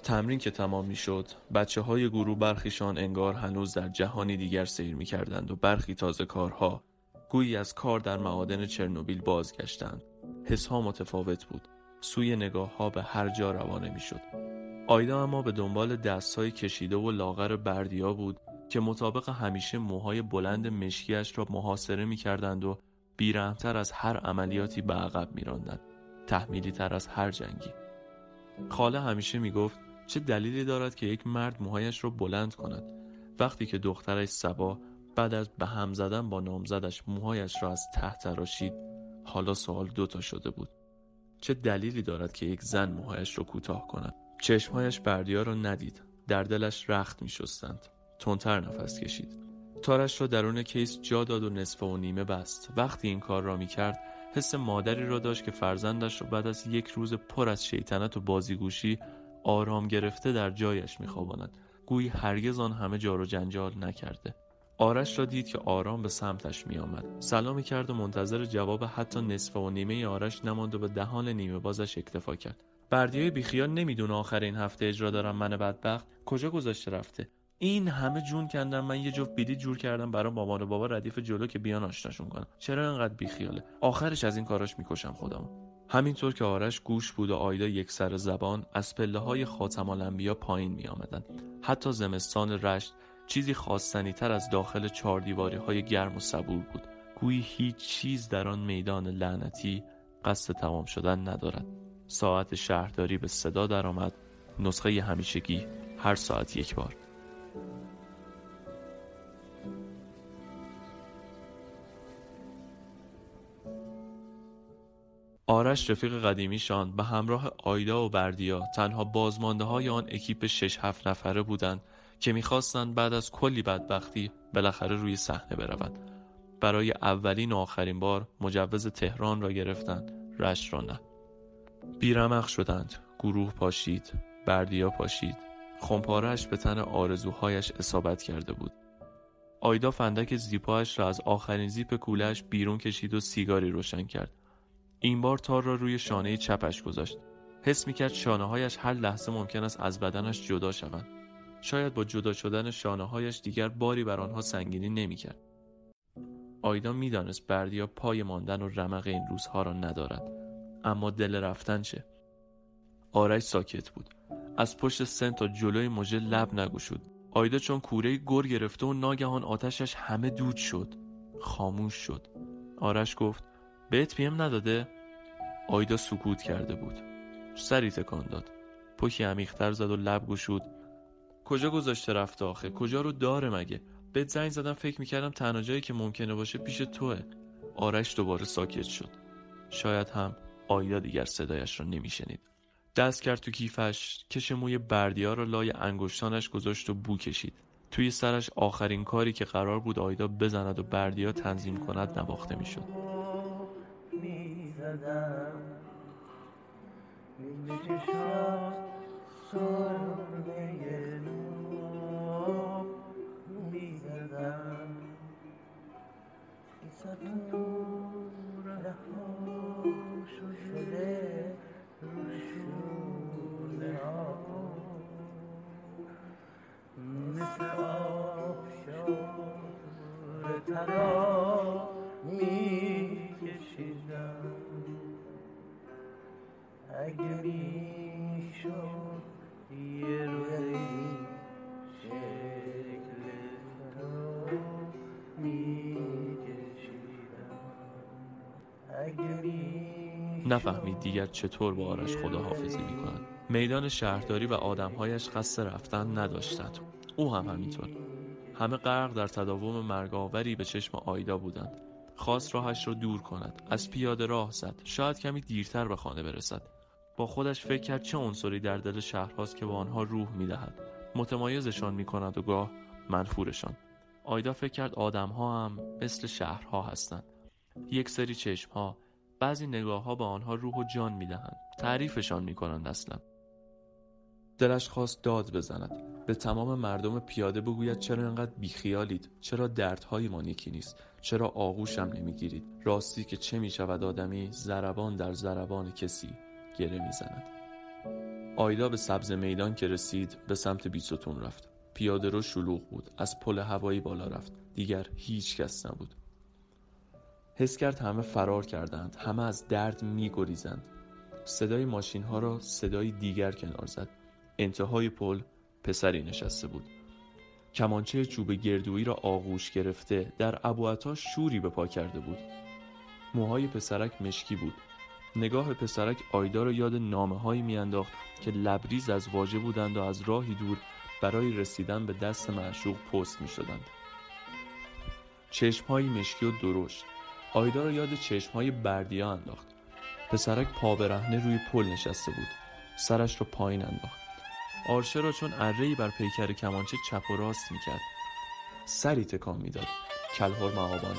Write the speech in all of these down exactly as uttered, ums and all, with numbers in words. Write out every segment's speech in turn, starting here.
تمرین که تمام می شد، بچه های گروه برخیشان انگار هنوز در جهانی دیگر سیر می کردند و برخی تازه کارها گویی از کار در معادن چرنوبیل بازگشتند. حسها متفاوت بود. سوی نگاه ها به هر جا روانه می شد. آیدا اما به دنبال دستهای کشیده و لاغر بردیا بود که مطابق همیشه موهای بلند مشکیش را محاصره می کردند و بیرحمتر از هر عملیاتی به عقب می راندند. تحمیلی تر از هر جنگی. خاله همیشه می گفت چه دلیلی دارد که یک مرد موهایش را بلند کند. وقتی که دخترش صبا بعد از به هم زدن با نامزدش موهایش را از ته تراشید، حالا سوال دوتا شده بود. چه دلیلی دارد که یک زن موهایش را کوتاه کند؟ چشمهایش بردیا را ندید. در دلش رخت می شستند. تندتر نفس کشید. تارش را درون کیس جا داد و نصف و نیمه بست. وقتی این کار را می کرد حس مادری را داشت که فرزندش را بعد از یک روز پر از شیطنت و بازیگوشی آرام گرفته در جایش می خواباند. گویی هرگز آن همه جار و جنجال نکرده. آرش را دید که آرام به سمتش می آمد. سلامی کرد و منتظر جواب حتی نصف و نیمه آرش نماند و به دهان نیمه بازش اکتفا کرد. بردیای بیخیال نمیدونه آخر این هفته اجرا دارم، من بدبخت کجا گذاشته رفته؟ این همه جون کندم، من یه جفت بلیط جور کردم برای مامان و بابا ردیف جلو که بیان آشناشون کنم. چرا اینقدر بیخیاله؟ آخرش از این کاراش میکشم خودمو. همینطور که آرش گوش بود و آیدا یک سر زبان از پله‌های خاتم الانبیا پایین میآمدن. حتی زمستان رشت چیزی خواستنی تر از داخل چهار دیواری های گرم و صبور بود. گویی هیچ چیز در آن میدان لعنتی قصد تمام شدن ندارد. ساعت شهرداری به صدا در آمد. نسخه همیشگی هر ساعت یک بار. آرش رفیق قدیمیشان به همراه آیدا و بردیا تنها بازمانده های آن اکیپ شش هفت نفره بودند که میخواستند بعد از کلی بدبختی بالاخره روی صحنه بروند. برای اولین و آخرین بار مجوز تهران را گرفتند، رشت را نه. بیرمق شدند. گروه پاشید، بردیا پاشید. خمپاره‌اش به تن آرزوهایش اصابت کرده بود. آیدا فندک زیپایش را از آخرین زیپ کوله‌اش بیرون کشید و سیگاری روشن کرد. این بار تار را روی شانه چپش گذاشت. حس می‌کرد شانه‌هایش هر لحظه ممکن است از بدنش جدا شوند. شاید با جدا شدن شانه‌هایش دیگر باری بر آنها سنگینی نمی‌کرد. آیدا می‌دانست بردیا پای ماندن و رمق این روزها را ندارد. اما دل رفتن چه؟ آرش ساکت بود. از پشت سن تا جلوی مژه لب نگشود. آیدا چون کوره گر گرفته و ناگهان آتشش همه دود شد. خاموش شد. آرش گفت بهت پیم نداده؟ آیدا سکوت کرده بود. سری تکان داد. پوکی عمیق‌تر زد و لب گشود. کجا گذاشته رفته آخه؟ کجا رو داره مگه؟ بهت زنگ زدم، فکر میکردم تنها جایی که ممکنه باشه پیش توه. آرش دوباره ساکت شد. شاید هم آیدا دیگر صدایش را نمیشنید. دست کرد تو کیفش، کش موی بردیا را لای انگشتانش گذاشت و بو کشید. توی سرش آخرین کاری که قرار بود آیدا بزند و بردیا تنظیم کند نواخته میشد. میزدم به چشمات سرمه نو میزدم سطور رفت شده روشونه ها مثل آب شور طلا میکشیدم اگه میشد یه روزی شکل تو میکشیدم اگه میشد. نفهمید دیگر چطور با آرش خداحافظی میکنند. میدان شهرداری و آدمهایش قصد رفتن نداشتند. او هم همینطور. همه غرق در تداوم مرگاوری به چشم آیدا بودند. خواست راهش را دور کند. از پیاده راه زد. شاید کمی دیرتر به خانه برسد. با خودش فکر کرد چه عنصری در دل شهرهاست که با آنها روح میدهد. متمایزشان میکند و گاه منفورشان. آیدا فکر کرد آدمها هم مثل شهرها هستند. یک سری چشمها، بعضی نگاهها با آنها روح و جان میدهند. تعریفشان میکنند اصلا. دلش خواست داد بزند. به تمام مردم پیاده بگوید چرا اینقدر بیخیالید؟ چرا دردهای ما یکی نیست؟ چرا آغوشم نمیگیرید؟ راستی که چه میشود آدمی ضربان در ضربان کسی گره میزند. آیدا به سبز میدان که رسید به سمت بیستون رفت. پیاده رو شلوغ بود. از پل هوایی بالا رفت. دیگر هیچ کس نبود. حس کرد همه فرار کردند. همه از درد می گریزند. صدای ماشین ها را صدای دیگر کنار زد. انتهای پل پسری نشسته بود. کمانچه چوب گردویی را آغوش گرفته در ابروها شوری به پا کرده بود. موهای پسرک مشکی بود. نگاه پسرک آیدا را یاد نامه‌هایی می‌انداخت که لبریز از واژه بودند و از راهی دور برای رسیدن به دست معشوق پست می‌شدند. چشم‌های مشکی و درشت آیدا را یاد چشم‌های بردیا انداخت. پسرک پا برهنه روی پل نشسته بود. سرش را پایین انداخت. آرشه را چون اره‌ای بر پیکر کمانچه چپ و راست می‌کرد. سری تکان می‌داد. کلهر معابانه.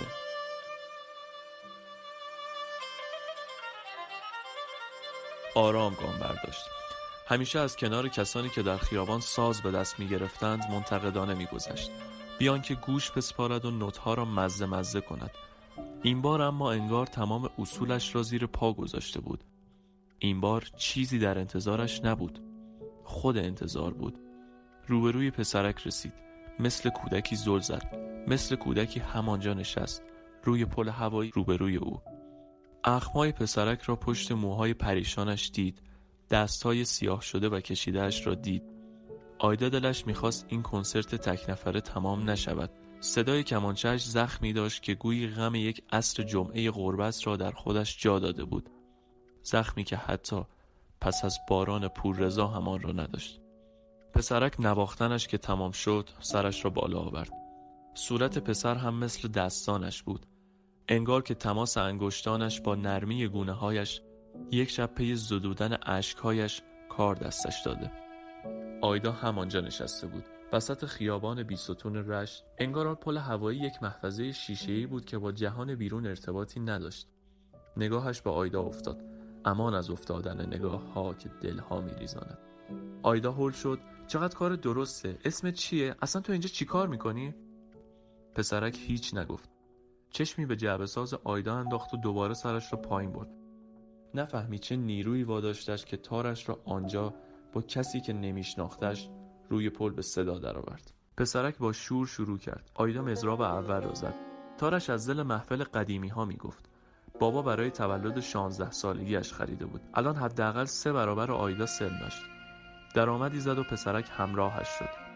آرام گام برداشت. همیشه از کنار کسانی که در خیابان ساز به دست می گرفتند منتقدانه می گذشت، بیان که گوش بسپارد و نوت‌ها را مزه مزه کند. این بار اما انگار تمام اصولش را زیر پا گذاشته بود. این بار چیزی در انتظارش نبود. خود انتظار بود. روبروی پسرک رسید. مثل کودکی زل زد. مثل کودکی همانجا نشست. روی پل هوایی روبروی او. اخمای پسرک را پشت موهای پریشانش دید. دستهای سیاه شده و کشیدهش را دید. آیدا دلش میخواست این کنسرت تک نفره تمام نشود. صدای کمانچه‌اش زخمی داشت که گویی غم یک عصر جمعه غربت را در خودش جا داده بود. زخمی که حتی پس از باران پوررضا همان را نداشت. پسرک نواختنش که تمام شد سرش را بالا آورد. صورت پسر هم مثل دستانش بود. انگار که تماس انگشتانش با نرمی گونه‌هایش یک شب پی زدودن اشک‌هایش کار دستش داده. آیدا همانجا نشسته بود، وسط خیابان بیستون رشت. انگار آن پل هوایی یک محفظه شیشه‌ای بود که با جهان بیرون ارتباطی نداشت. نگاهش به آیدا افتاد. امان از افتادن نگاه‌ها که دلها می‌ریزاند. آیدا هول شد. چقدر کار درسته. اسمت چیه؟ اصلا تو اینجا چی کار می‌کنی؟ پسرک هیچ نگفت. چشمی به جعبه ساز آیدا انداخت و دوباره سرش را پایین برد. نفهمید چه نیرویی واداشتش که تارش را آنجا با کسی که نمیشناختش روی پل به صدا درآورد. پسرک با شور شروع کرد. آیدا مضراب اول را زد. تارش از دل محفل قدیمی ها میگفت. بابا برای تولد شانزده سالگیش خریده بود. الان حداقل سه برابر آیدا سن داشت. درآمدی زد و پسرک همراهش شد.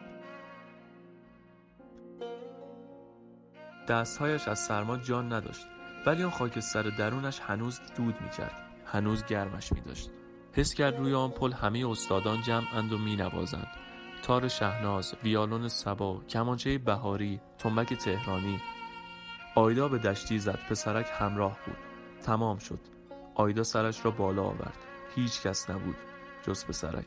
دستهایش از سرما جان نداشت، ولی آن خاکستر درونش هنوز دود میکرد. هنوز گرمش میداشت. حس کرد روی آن پل همه استادان جمعند و مینوازند. تار شهناز، ویالون صبا، کمانچه بهاری، تنبک تهرانی. آیدا به دشتی زد. پسرک همراه بود. تمام شد. آیدا سرش را بالا آورد. هیچ کس نبود جز پسرک.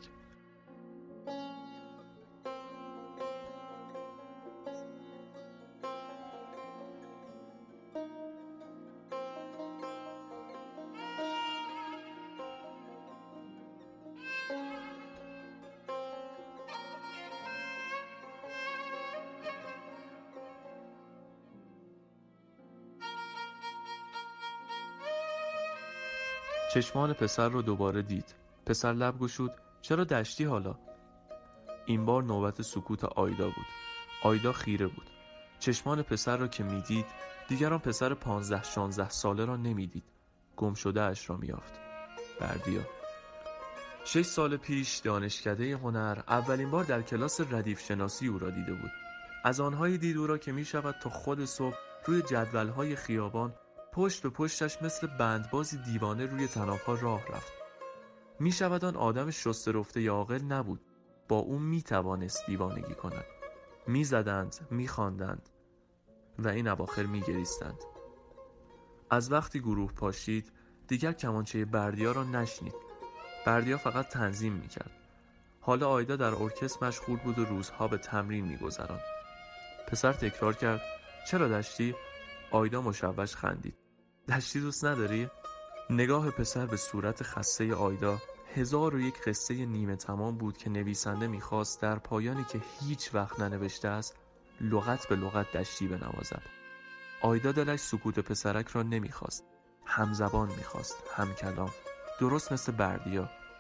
چشمان پسر رو دوباره دید. پسر لب گشود. چرا دشتی حالا؟ این بار نوبت سکوت آیدا بود. آیدا خیره بود. چشمان پسر رو که میدید دیگران پسر پانزده شانزده ساله را نمیدید. گم شده اش را میافت. بردیا. شش سال پیش دانشکده هنر اولین بار در کلاس ردیف شناسی او را دیده بود. از آنهای دید او را که میشود تا خود صبح روی جدولهای خیابان پشت به پشتش مثل بندبازی دیوانه روی طناب‌ها راه رفت. می شود آن آدم شسته رفته یا عاقل نبود. با او می توانست دیوانگی کند. می زدند، می خواندند و این اواخر می گریستند. از وقتی گروه پاشید دیگر کمانچه بردیا را نشنید. بردیا فقط تنظیم می کرد. حالا آیدا در ارکستر مشغول بود و روزها به تمرین می گذراند. پسر تکرار کرد چرا دشتی؟ آیدا مشوش خندید. دشتی دوست نداری؟ نگاه پسر به صورت خسته آیدا هزار و یک قصه نیمه تمام بود که نویسنده میخواست در پایانی که هیچ وقت ننوشته است لغت به لغت دشتی بنوازد. آیدا دلش سکوت پسرک را نمیخواست. همزبان میخواست، هم کلام، درست مثل بردیا.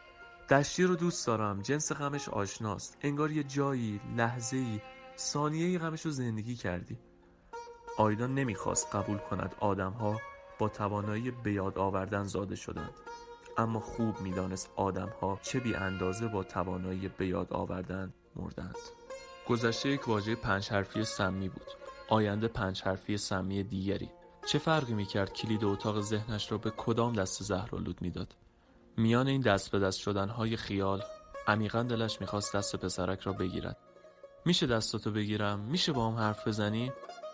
دشتی رو دوست دارم، جنس غمش آشناست، انگار یه جایی، لحظه‌ای، ثانیه‌ای غمش رو زندگی کردی. آیدا نمیخواست قبول کند آدم‌ها با توانایی به یاد آوردن زاده شدند، اما خوب میدانست آدم‌ها چه بی اندازه با توانایی به یاد آوردن مردند. گذشته یک واژه پنج حرفی سمی بود، آینده پنج حرفی سمی دیگری. چه فرقی میکرد کلید اتاق ذهنش را به کدام دست زهرآلود میداد؟ میان این دست به دست شدنهای خیال عمیقاً دلش میخواست دست پسرک را بگیرد. میشه دستاتو بگیرم؟ میشه با هم حرف بزنی؟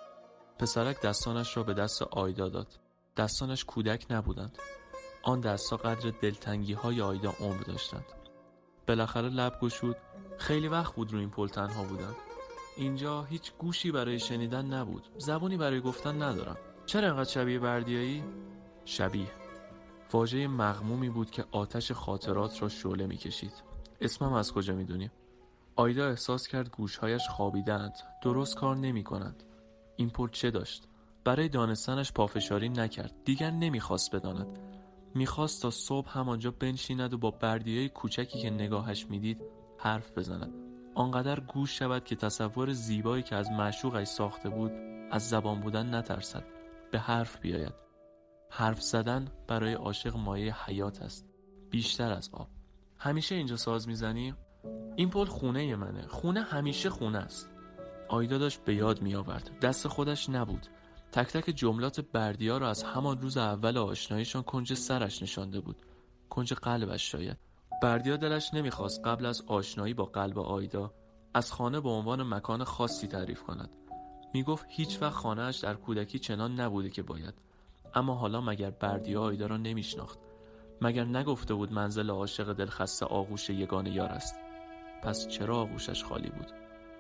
پسرک دستانش را به دست آیدا داد. دستانش کودک نبودند. آن دستا قدر دلتنگی های آیدا عمر داشتند. بالاخره لب گشود. خیلی وقت بود رو این پل تنها بودم. اینجا هیچ گوشی برای شنیدن نبود، زبونی برای گفتن ندارم. چرا انقدر شبیه بردیایی؟ شبیه واژه مغمومی بود که آتش خاطرات را شعله می‌کشید. اسمم از کجا می‌دونی؟ آیدا احساس کرد گوشهایش خوابیدند، درست کار نمی‌کنند. این پل چه داشت؟ برای دانستنش پافشاری نکرد. دیگر نمی‌خواست بداند. می‌خواست تا صبح همانجا بنشیند و با بردیای کوچکی که نگاهش می‌دید حرف بزند. آنقدر گوش شود که تصور زیبایی که از معشوقش ساخته بود از زبان بودن نترسد، به حرف بیاید. حرف زدن برای عاشق مایه حیات است، بیشتر از آب. همیشه اینجا ساز میزنی؟ این پل خونه منه. خونه همیشه خونه است. آیدا داشت به یاد می آورد. دست خودش نبود. تک تک جملات بردیا را از همان روز اول آشناییشان کنج سرش نشانده بود. کنج قلبش شاید. بردیا دلش نمیخواست قبل از آشنایی با قلب آیدا از خانه به عنوان مکان خاصی تعریف کند. میگفت هیچ وقت خانه‌اش در کودکی چنان نبوده که باید. اما حالا مگر بردیا آیدا را نمیشناخت؟ مگر نگفته بود منزل عاشق دلخسته آغوش یگانه یار است؟ پس چرا آغوشش خالی بود؟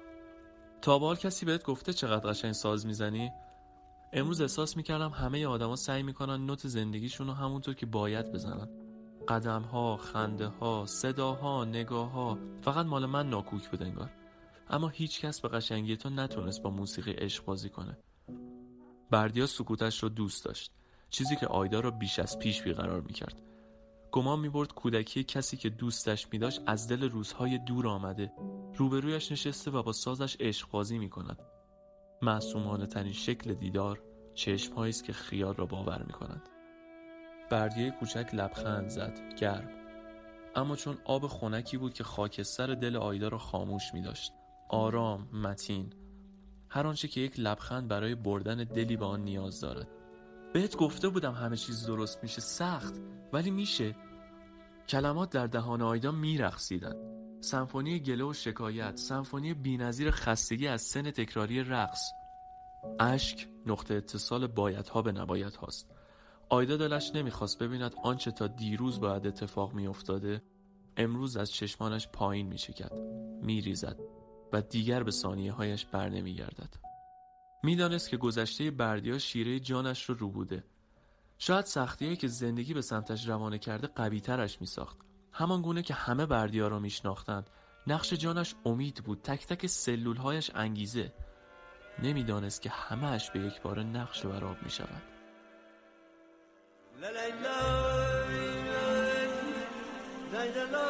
تا به حال کسی بهت گفته چقدر قشنگ ساز میزنی؟ امروز احساس میکردم همه آدما سعی میکنن نوت زندگیشون رو همونطور که باید بزنن. قدم‌ها، خنده‌ها، صداها، نگاه‌ها، فقط مال من ناکوک بود انگار. اما هیچ کس به قشنگی تو نتونست با موسیقی عشق بازی کنه. بردیا سکوتش رو دوست داشت، چیزی که آیدا را بیش از پیش بیقرار میکرد. گمان میبرد کودکی کسی که دوستش میداشت از دل روزهای دور آمده، روبرویش نشسته و با سازش عشق بازی میکند. معصومانه ترین شکل دیدار چشم‌هایی است که خیال را باور میکند. بردیای کوچک لبخند زد، گرم، اما چون آب خنکی بود که خاکستر دل آیدا را خاموش می‌داشت. آرام، متین، هر آنچه که یک لبخند برای بردن دلی به آن نیاز دارد. بهت گفته بودم همه چیز درست میشه، سخت ولی میشه. کلمات در دهان آیدا میرقصیدند. سمفونی گله و شکایت، سمفونی بی‌نظیر خستگی از سن تکراری رقص. اشک نقطه اتصال بایدها به نبایدهاست. آیدا دلش نمیخواست ببیند آنچه تا دیروز باید اتفاق میافتاده امروز از چشمانش پایین میچکد، میریزد و دیگر به ثانیه هایش بر نمیگردد. میدانست که گذشته بردیا شیره جانش رو رو بوده. شاید سختی‌هایی که زندگی به سمتش روانه کرده قوی ترش میساخت. همان گونه که همه بردیا را میشناختند، نقش جانش امید بود، تک تک سلول هایش انگیزه. نمیدانست که همه اش به یک بار نقش وراب میشود. La la la la la la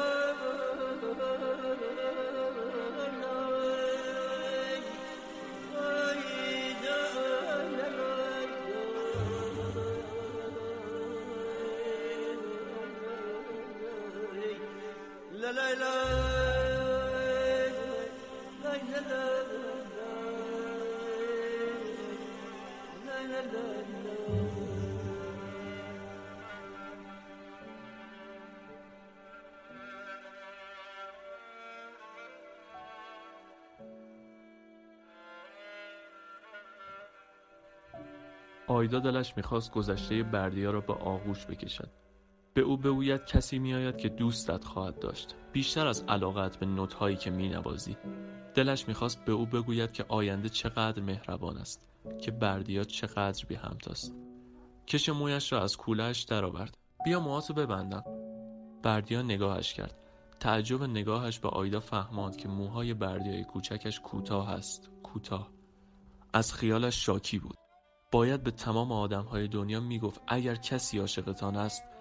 آیدا دلش میخواست گذشته بردیا را به آغوش بکشد. به او بگوید کسی میآید که دوستت خواهد داشت، بیشتر از علاقت به نوت‌هایی که مینوازی. دلش میخواست به او بگوید که آینده چقدر مهربان است، که بردیا چقدر بی همتاست. کش مویش را از کوله‌اش درآورد. بیا موهاتو ببندم. بردیا نگاهش کرد. تعجب نگاهش به آیدا فهماند که موهای بردیای کوچکش کوتاه است، کوتاه. از خیالش شاکی بود. باید به تمام آدم‌های دنیا میگفت اگر کسی عاشقتان است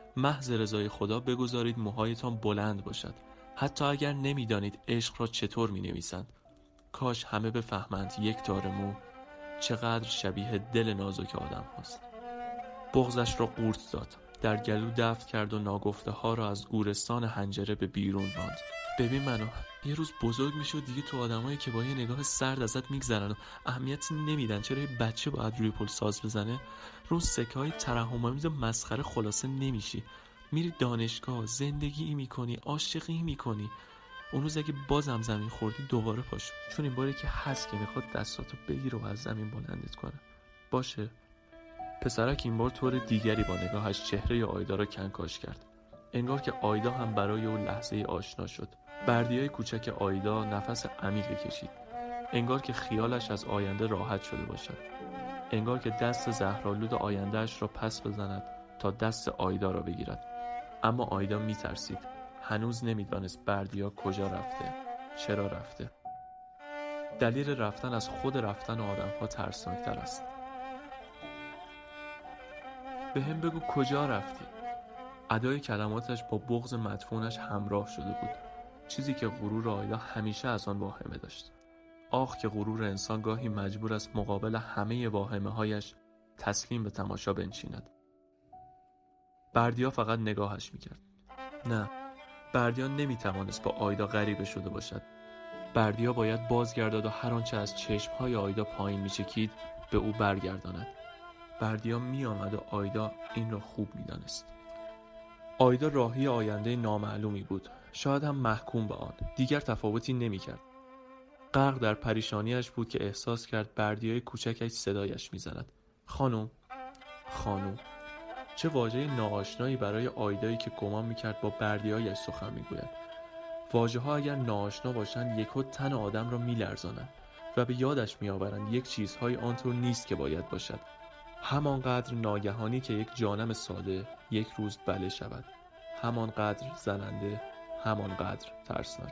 محض رضای خدا بگذارید موهایتان بلند باشد، حتی اگر نمیدانید عشق را چطور می نویسند. کاش همه بفهمند یک تار مو چقدر شبیه دل نازک آدم هاست. بغضش را قورت داد، در گلو دفن کرد و ناگفته ها را از گورستان حنجره به بیرون راند. ببین منو، یه روز بزرگ میشه و دیگه تو آدمایی که با یه نگاه سرد ازت میگذرن و اهمیتی نمیدن چرا یه بچه باید روی پل ساز بزنه، رو سکه های ترحم‌آمیز و مسخره خلاصه نمیشی. میری دانشگاه، زندگی میکنی، عاشقی میکنی. اون روز اگه بازم زمین خوردی دوباره پاشو، چون این باری که هست که میخواد دستاتو بگیره و از زمین بلندت کنه. باشه. پسرک این بار طور دیگری با نگاهش چهره آیدا را کنکاش کرد. انگار که آیدا هم برای اون لحظه آشنا شد. بردیای کوچک آیدا نفس عمیقی کشید. انگار که خیالش از آینده راحت شده باشد. انگار که دست زهرآلود آیندهش را پس بزند تا دست آیدا را بگیرد. اما آیدا می ترسید. هنوز نمیدانست بردیا کجا رفته، چرا رفته. دلیل رفتن از خود رفتن آدم‌ها ترسناکتر است. به هم بگو کجا رفتی؟ ادای کلماتش با بغض مدفونش همراه شده بود، چیزی که غرور آیدا همیشه از آن واهمه داشت. آخ که غرور انسان گاهی مجبور است مقابل همه واهمه هایش تسلیم به تماشا بنشیند. بردیا فقط نگاهش میکرد. نه، بردیا نمیتوانست با آیدا غریبه شده باشد. بردیا باید بازگردد و هر آنچه از چشمهای آیدا پایین میچکید به او برگرداند. بردیا میآمد و آیدا این را خوب میدانست. آیدا راهی آینده نامعلومی بود، شاید هم محکوم به آن. دیگر تفاوتی نمیکرد. غرق در پریشانیش بود که احساس کرد بردیای کوچکش صدایش میزند. خانم، خانم. چه واژه ناآشنایی برای آیدایی که گمان میکرد با بردیایش سخن میگوید. واژه ها اگر ناآشنا باشند یکو تن آدم را میلرزانند و به یادش میآورند یک چیزهای آنطور نیست که باید باشد. همانقدر ناگهانی که یک جانم ساده یک روز بله شود، همانقدر زننده، همانقدر ترسناک.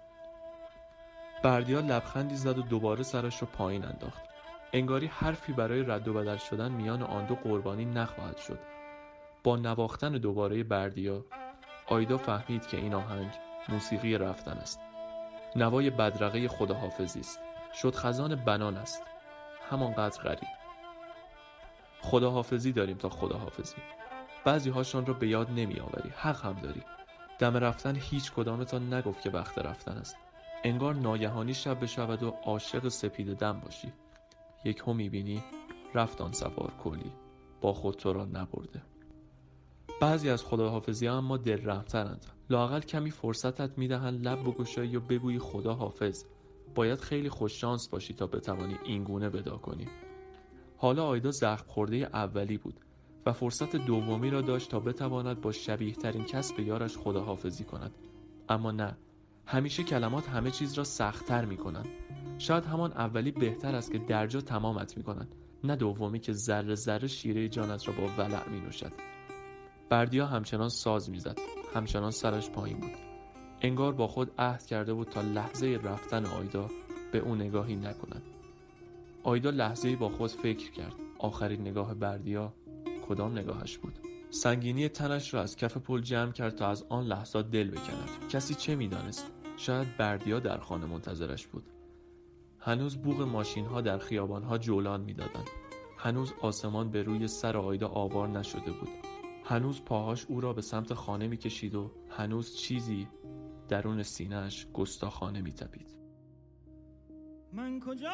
بردیا لبخندی زد و دوباره سرش را پایین انداخت. انگاری حرفی برای رد و بدل شدن میان آن دو قربانی نخواهد شد. با نواختن دوباره بردیا، آیدا فهمید که این آهنگ موسیقی رفتن است. نوای بدرقه خداحافظی است. شد خزان بنان است. همانقدر غریب. خداحافظی داریم تا خداحافظی. بعضی هاشان را به یاد نمی آوری. حق هم داری. دم رفتن هیچ کدامتان نگفت که وقت رفتن است. انگار ناگهانی شب بشود و عاشق سپید دم باشی. یک هم می بینی رفتان سوار کلی با خود تو را نبرده. بعضی از خداحافظی ها اما دل رحمترند. لااقل کمی فرصتت می دهند لب بگشایی و بگویی خدا حافظ. باید خیلی خوش شانس باشی تا بتوانی این گونه ودا کنی. حالا آیدا زخم خورده اولی بود و فرصت دومی را داشت تا بتواند با شبیه ترین کس به یارش خداحافظی کند. اما نه، همیشه کلمات همه چیز را سخت‌تر می‌کنند. شاید همان اولی بهتر است که درجا تمامت می‌کند، نه دومی که ذره ذره شیره جانت را با ولع می‌نوشد. بردیا همچنان ساز می‌زد، همچنان سرش پایین بود. انگار با خود عهد کرده بود تا لحظه رفتن آیدا به او نگاهی نکند. آیدا لحظه‌ای با خود فکر کرد. آخرین نگاه بردیا کدام نگاهش بود؟ سنگینی تنش را از کف پل جمع کرد تا از آن لحظات دل بکند. کسی چه می‌دانست؟ شاید بردیا در خانه منتظرش بود. هنوز بوق ماشین‌ها در خیابان‌ها جولان می‌دادند. هنوز آسمان به روی سر آیدا آوار نشده بود. هنوز پاهاش او را به سمت خانه می‌کشید و هنوز چیزی درون سینه‌اش گستاخانه می‌تپید. من کجا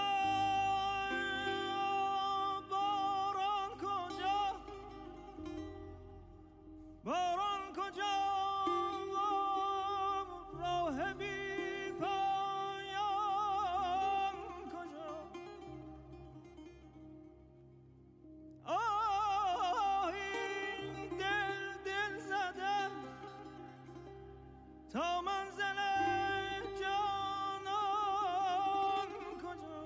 باران کجا راه بی پایان کجا آه این دل دل زدم تا منزل جانان کجا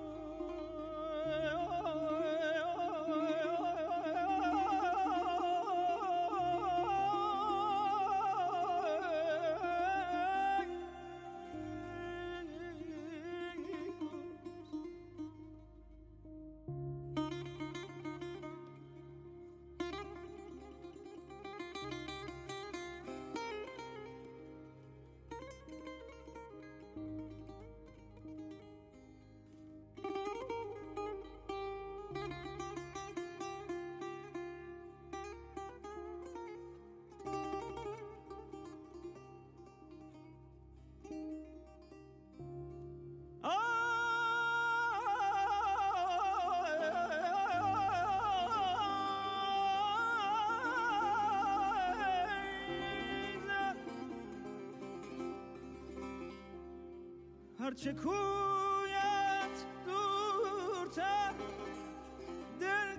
هرچه کویت دورتر دل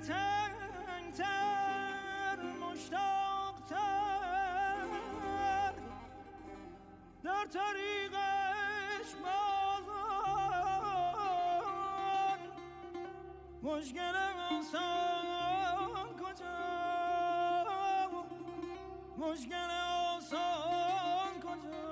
تنگتر مشتاقتر در طریقش بازان مشکل آسان کجا مشکل آسان کجا.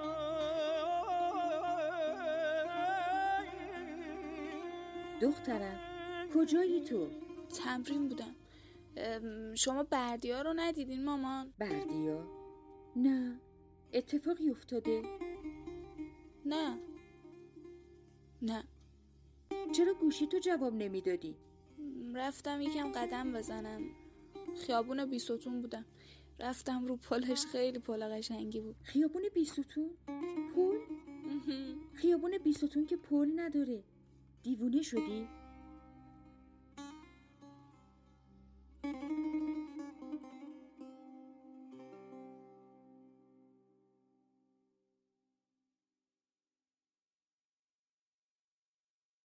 دخترم کجایی تو؟ تمرین بودم. شما بردیا رو ندیدین مامان؟ بردیا؟ نه. اتفاقی افتاده؟ نه نه. چرا گوشی تو جواب نمیدادی؟ رفتم یکم قدم بزنم. خیابون بیستون بودم. رفتم رو پلش، خیلی پل قشنگی بود. خیابون بیستون؟ پل؟ خیابون بیستون که پل نداره. دیوونه شدی؟